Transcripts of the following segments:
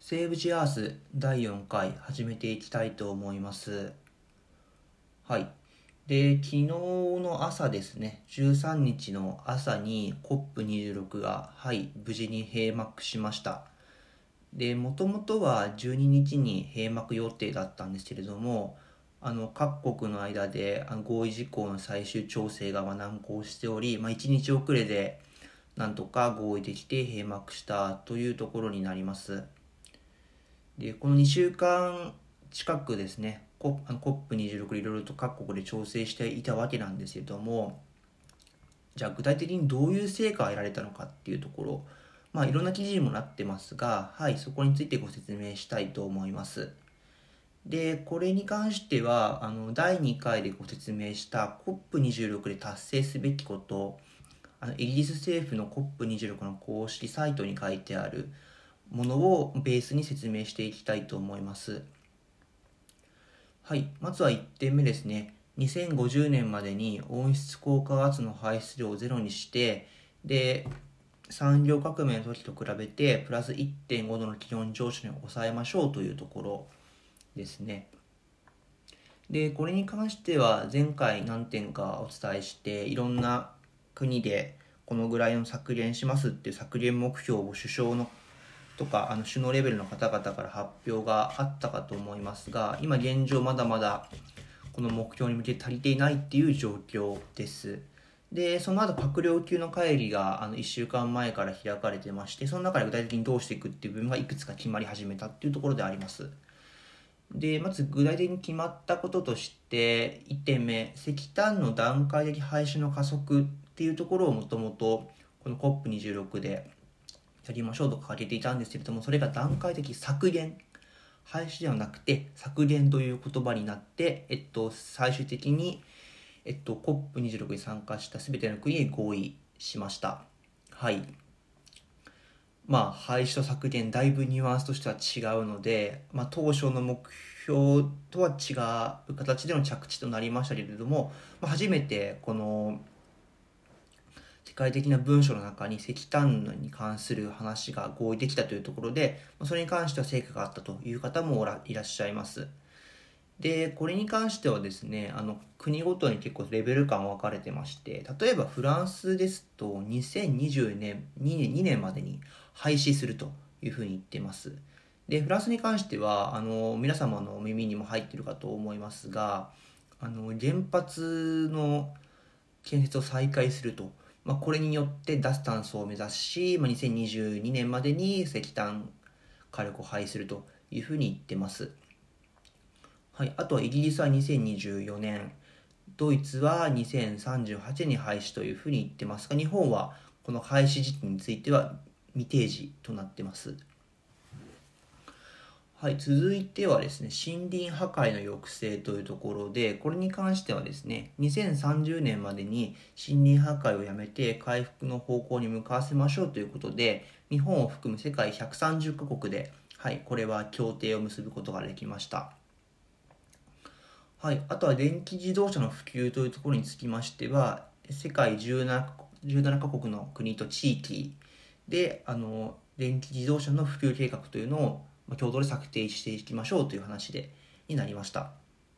セーブ・ジ・アース第4回始めていきたいと思います。はい。で、昨日の朝ですね、13日の朝に COP26 が、無事に閉幕しました。で、もともとは12日に閉幕予定だったんですけれども、各国の間で合意事項の最終調整が難航しており、1日遅れでなんとか合意できて閉幕したというところになります。で、この2週間近くですね、COP26 でいろいろと各国で調整していたわけなんですけれども、じゃあ具体的にどういう成果が得られたのかっていうところ、いろんな記事にもなってますが、そこについてご説明したいと思います。で、これに関しては、第2回でご説明した COP26 で達成すべきこと、イギリス政府の COP26 の公式サイトに書いてあるものをベースに説明していきたいと思います。まずは1点目ですね。2050年までに温室効果ガスの排出量をゼロにして、で、産業革命の時と比べてプラス 1.5 度の気温上昇に抑えましょうというところですね。で、これに関しては前回何点かお伝えして、いろんな国でこのぐらいの削減しますっていう削減目標を首相のとか首脳レベルの方々から発表があったかと思いますが、今現状まだまだこの目標に向けて足りていないっていう状況です。で、その後閣僚級の会議が1週間前から開かれてまして、その中で具体的にどうしていくっていう部分がいくつか決まり始めたっていうところであります。で、まず具体的に決まったこととして、1点目、石炭の段階的廃止の加速っていうところをもともとこの COP26 でやりましょうと掲げていたんですけれども、それが段階的削減、廃止ではなくて削減という言葉になって、最終的に、COP26 に参加した全ての国へ合意しました。廃止と削減、だいぶニュアンスとしては違うので、当初の目標とは違う形での着地となりましたけれども、初めてこの世界的な文書の中に石炭に関する話が合意できたというところで、それに関しては成果があったという方もいらっしゃいます。で、これに関してはですね、国ごとに結構レベル感分かれてまして、例えばフランスですと2020年、2年までに廃止するというふうに言ってます。で、フランスに関しては、皆様の耳にも入っているかと思いますが、原発の建設を再開すると。これによって脱炭素を目指し、2022年までに石炭火力を廃止するというふうに言ってます。あとはイギリスは2024年、ドイツは2038年に廃止というふうに言ってますが、日本はこの廃止時期については未定時となってます。続いてはですね、森林破壊の抑制というところで、これに関してはですね、2030年までに森林破壊をやめて回復の方向に向かわせましょうということで、日本を含む世界130カ国で、これは協定を結ぶことができました。あとは電気自動車の普及というところにつきましては、世界17カ国の国と地域で、電気自動車の普及計画というのを共同で策定していきましょうという話になりました。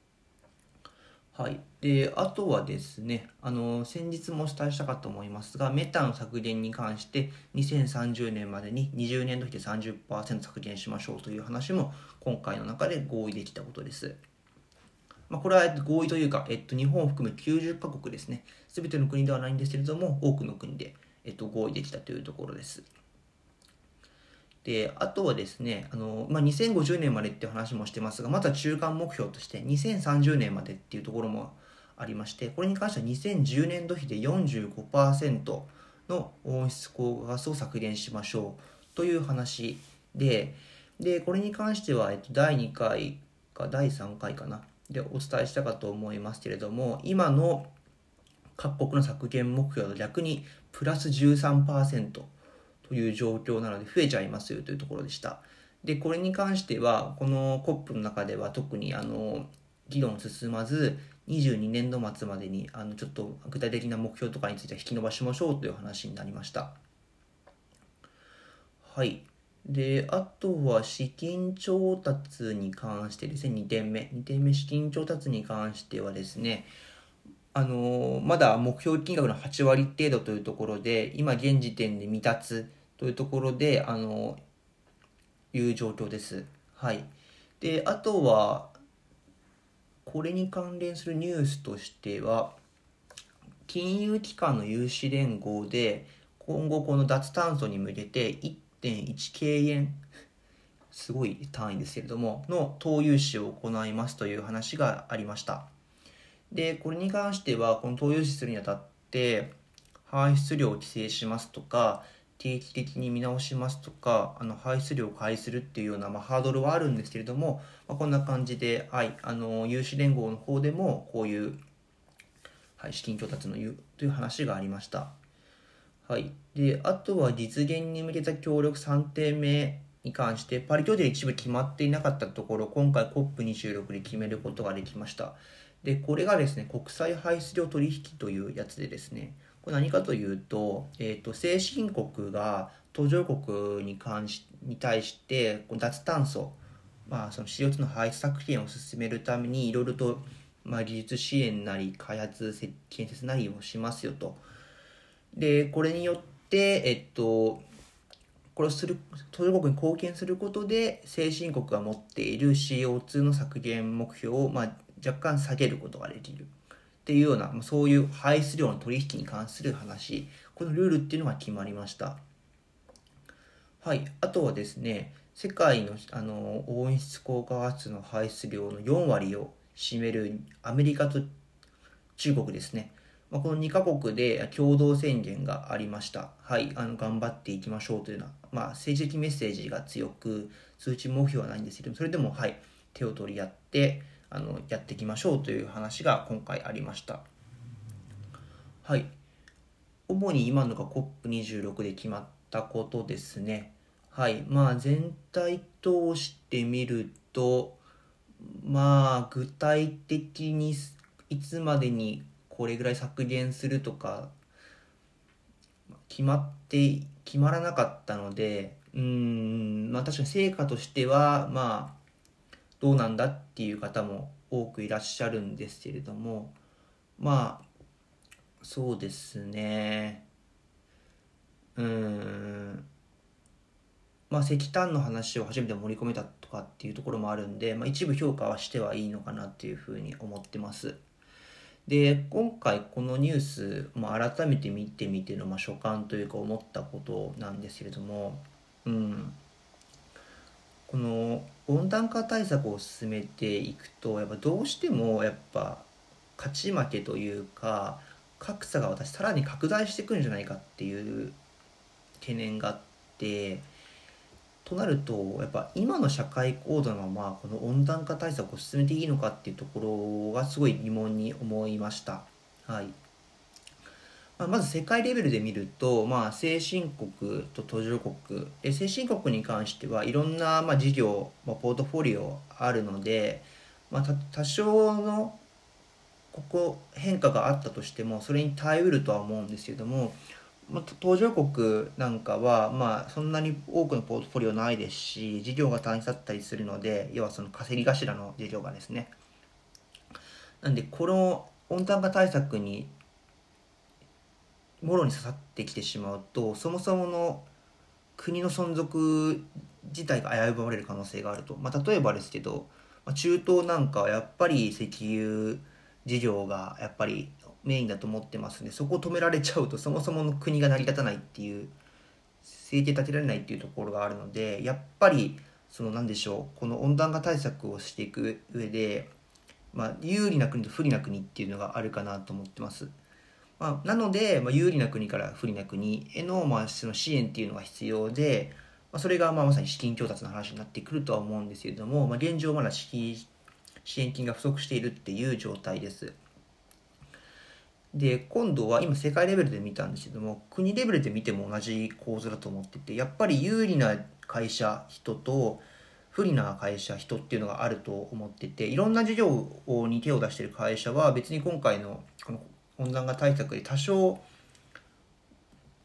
で、あとはですね、先日もお伝えしたかと思いますが、メタン削減に関して2030年までに20年度比で 30% 削減しましょうという話も今回の中で合意できたことです。これは合意というか、日本を含む90カ国ですね。すべての国ではないんですけれども、多くの国で、合意できたというところです。で、あとはですね、2050年までっていう話もしてますが、また中間目標として2030年までっていうところもありまして、これに関しては2010年度比で 45% の温室効果ガスを削減しましょうという話で、これに関しては、第2回か第3回かな。でお伝えしたかと思いますけれども、今の各国の削減目標は逆にプラス 13% という状況なので増えちゃいますよというところでした。で、これに関してはこの COP の中では特に議論進まず、22年度末までにちょっと具体的な目標とかについては引き延ばしましょうという話になりました。 で、あとは資金調達に関してですね、2点目、資金調達に関してはですね、まだ目標金額の8割程度というところで、今現時点で未達というところで、いう状況です。はい。で、あとは、これに関連するニュースとしては、金融機関の融資連合で、今後この脱炭素に向けて1.1京円、すごい単位ですけれども、の投融資を行いますという話がありました。で、これに関しては、この投融資するにあたって、排出量を規制しますとか、定期的に見直しますとか、排出量を開始するっていうような、ハードルはあるんですけれども、こんな感じで、はい、有志連合の方でも、こういう、はい、資金調達のという話がありました。はい。で、あとは実現に向けた協力3点目に関して、パリ協定で一部決まっていなかったところ、今回 COP26 で決めることができました。で、これがですね、国際排出量取引というやつでですね、これ何かというと、先進国が途上国に対して、脱炭素、その CO2 の排出削減を進めるために、いろいろと、技術支援なり、開発、建設なりをしますよと。で、これによって、これをする、途上国に貢献することで、先進国が持っている CO2 の削減目標を、若干下げることができる。っていうような、そういう排出量の取引に関する話、このルールっていうのが決まりました。はい。あとはですね、世界の、温室効果ガスの排出量の4割を占めるアメリカと中国ですね。この2カ国で共同宣言がありました。はい、頑張っていきましょうというような、政治的メッセージが強く、数値目標はないんですけども、それでも、はい、手を取り合って、やっていきましょうという話が今回ありました。はい。主に今のが COP26 で決まったことですね。はい。全体通してみると、具体的にいつまでにこれぐらい削減するとか決まらなかったので、確かに成果としてはどうなんだっていう方も多くいらっしゃるんですけれども、そうですね、うーん石炭の話を初めて盛り込めたとかっていうところもあるんで、一部評価はしてはいいのかなっていうふうに思ってます。で、今回このニュース、改めて見てみての、所感というか思ったことなんですけれども、この温暖化対策を進めていくと、やっぱどうしても勝ち負けというか、格差がさらに拡大していくんじゃないかっていう懸念があって、となると、やっぱ今の社会構造のままこの温暖化対策を進めていいのかっていうところがすごい疑問に思いました。はい。まず世界レベルで見ると、先進国と途上国先進国に関してはいろんな事業、ポートフォリオあるので、多少の変化があったとしてもそれに耐えうるとは思うんですけども、途上国なんかはそんなに多くのポートフォリオないですし、事業が単一だったりするので、要はその稼ぎ頭の事業がですね、なんでこの温暖化対策にもろに刺さってきてしまうと、そもそもの国の存続自体が危ぶまれる可能性があると。例えばですけど、中東なんかはやっぱり石油事業がやっぱりメインだと思ってますんで、そこを止められちゃうとそもそもの国が成り立たないっていう、政権立てられないっていうところがあるので、やっぱりなんでしょう、この温暖化対策をしていく上で、有利な国と不利な国っていうのがあるかなと思ってます。なので、有利な国から不利な国への、その支援っていうのが必要で、それがまさに資金調達の話になってくるとは思うんですけれども、現状まだ支援金が不足しているっていう状態です。で、今度は今世界レベルで見たんですけども、国レベルで見ても同じ構図だと思ってて、やっぱり有利な会社、人と不利な会社、人っていうのがあると思ってて、いろんな事業に手を出している会社は別に今回のこの温暖化対策で多少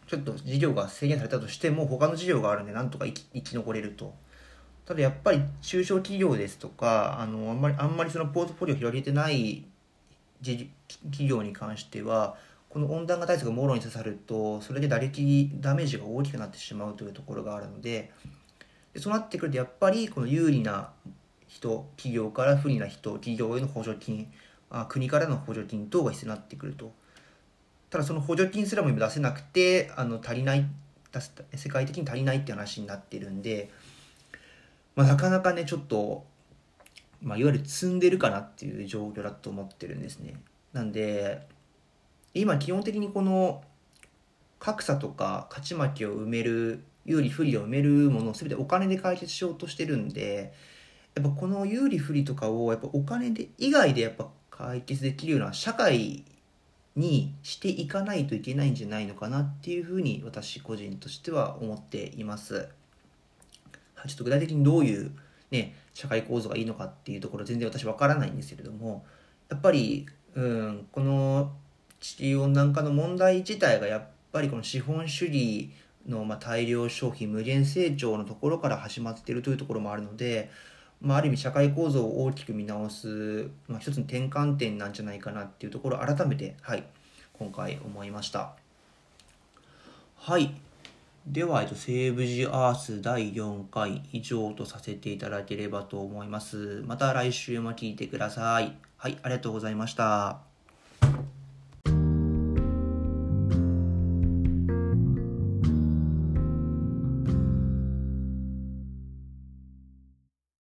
ちょっと事業が制限されたとしても他の事業があるんでなんとか生き残れると。ただやっぱり中小企業ですとかあんまりそのポートフォリオを広げてない企業に関してはこの温暖化対策がもろに刺さるとそれでダメージが大きくなってしまうというところがあるので、そうなってくるとやっぱりこの有利な人企業から不利な人企業への補助金国からの補助金等が必要になってくると。ただその補助金すらも出せなくて足りない世界的に足りないって話になってるんで、なかなかねちょっと、いわゆる積んでるかなっていう状況だと思ってるんですね。なんで今基本的にこの格差とか勝ち負けを埋める有利不利を埋めるものを全てお金で解決しようとしてるんで、やっぱこの有利不利とかをやっぱお金で以外でやっぱ解決できるような社会にしていかないといけないんじゃないのかなっていうふうに私個人としては思っています。ちょっと具体的にどういうね社会構造がいいのかっていうところ全然私わからないんですけれども、やっぱりこの地球温暖化の問題自体がやっぱりこの資本主義の大量消費無限成長のところから始まっているというところもあるので、ある意味社会構造を大きく見直す、一つの転換点なんじゃないかなっていうところを改めて、今回思いました。はい。では、セーブ・ジ・アース第4回以上とさせていただければと思います。また来週も聞いてください。はい、ありがとうございました。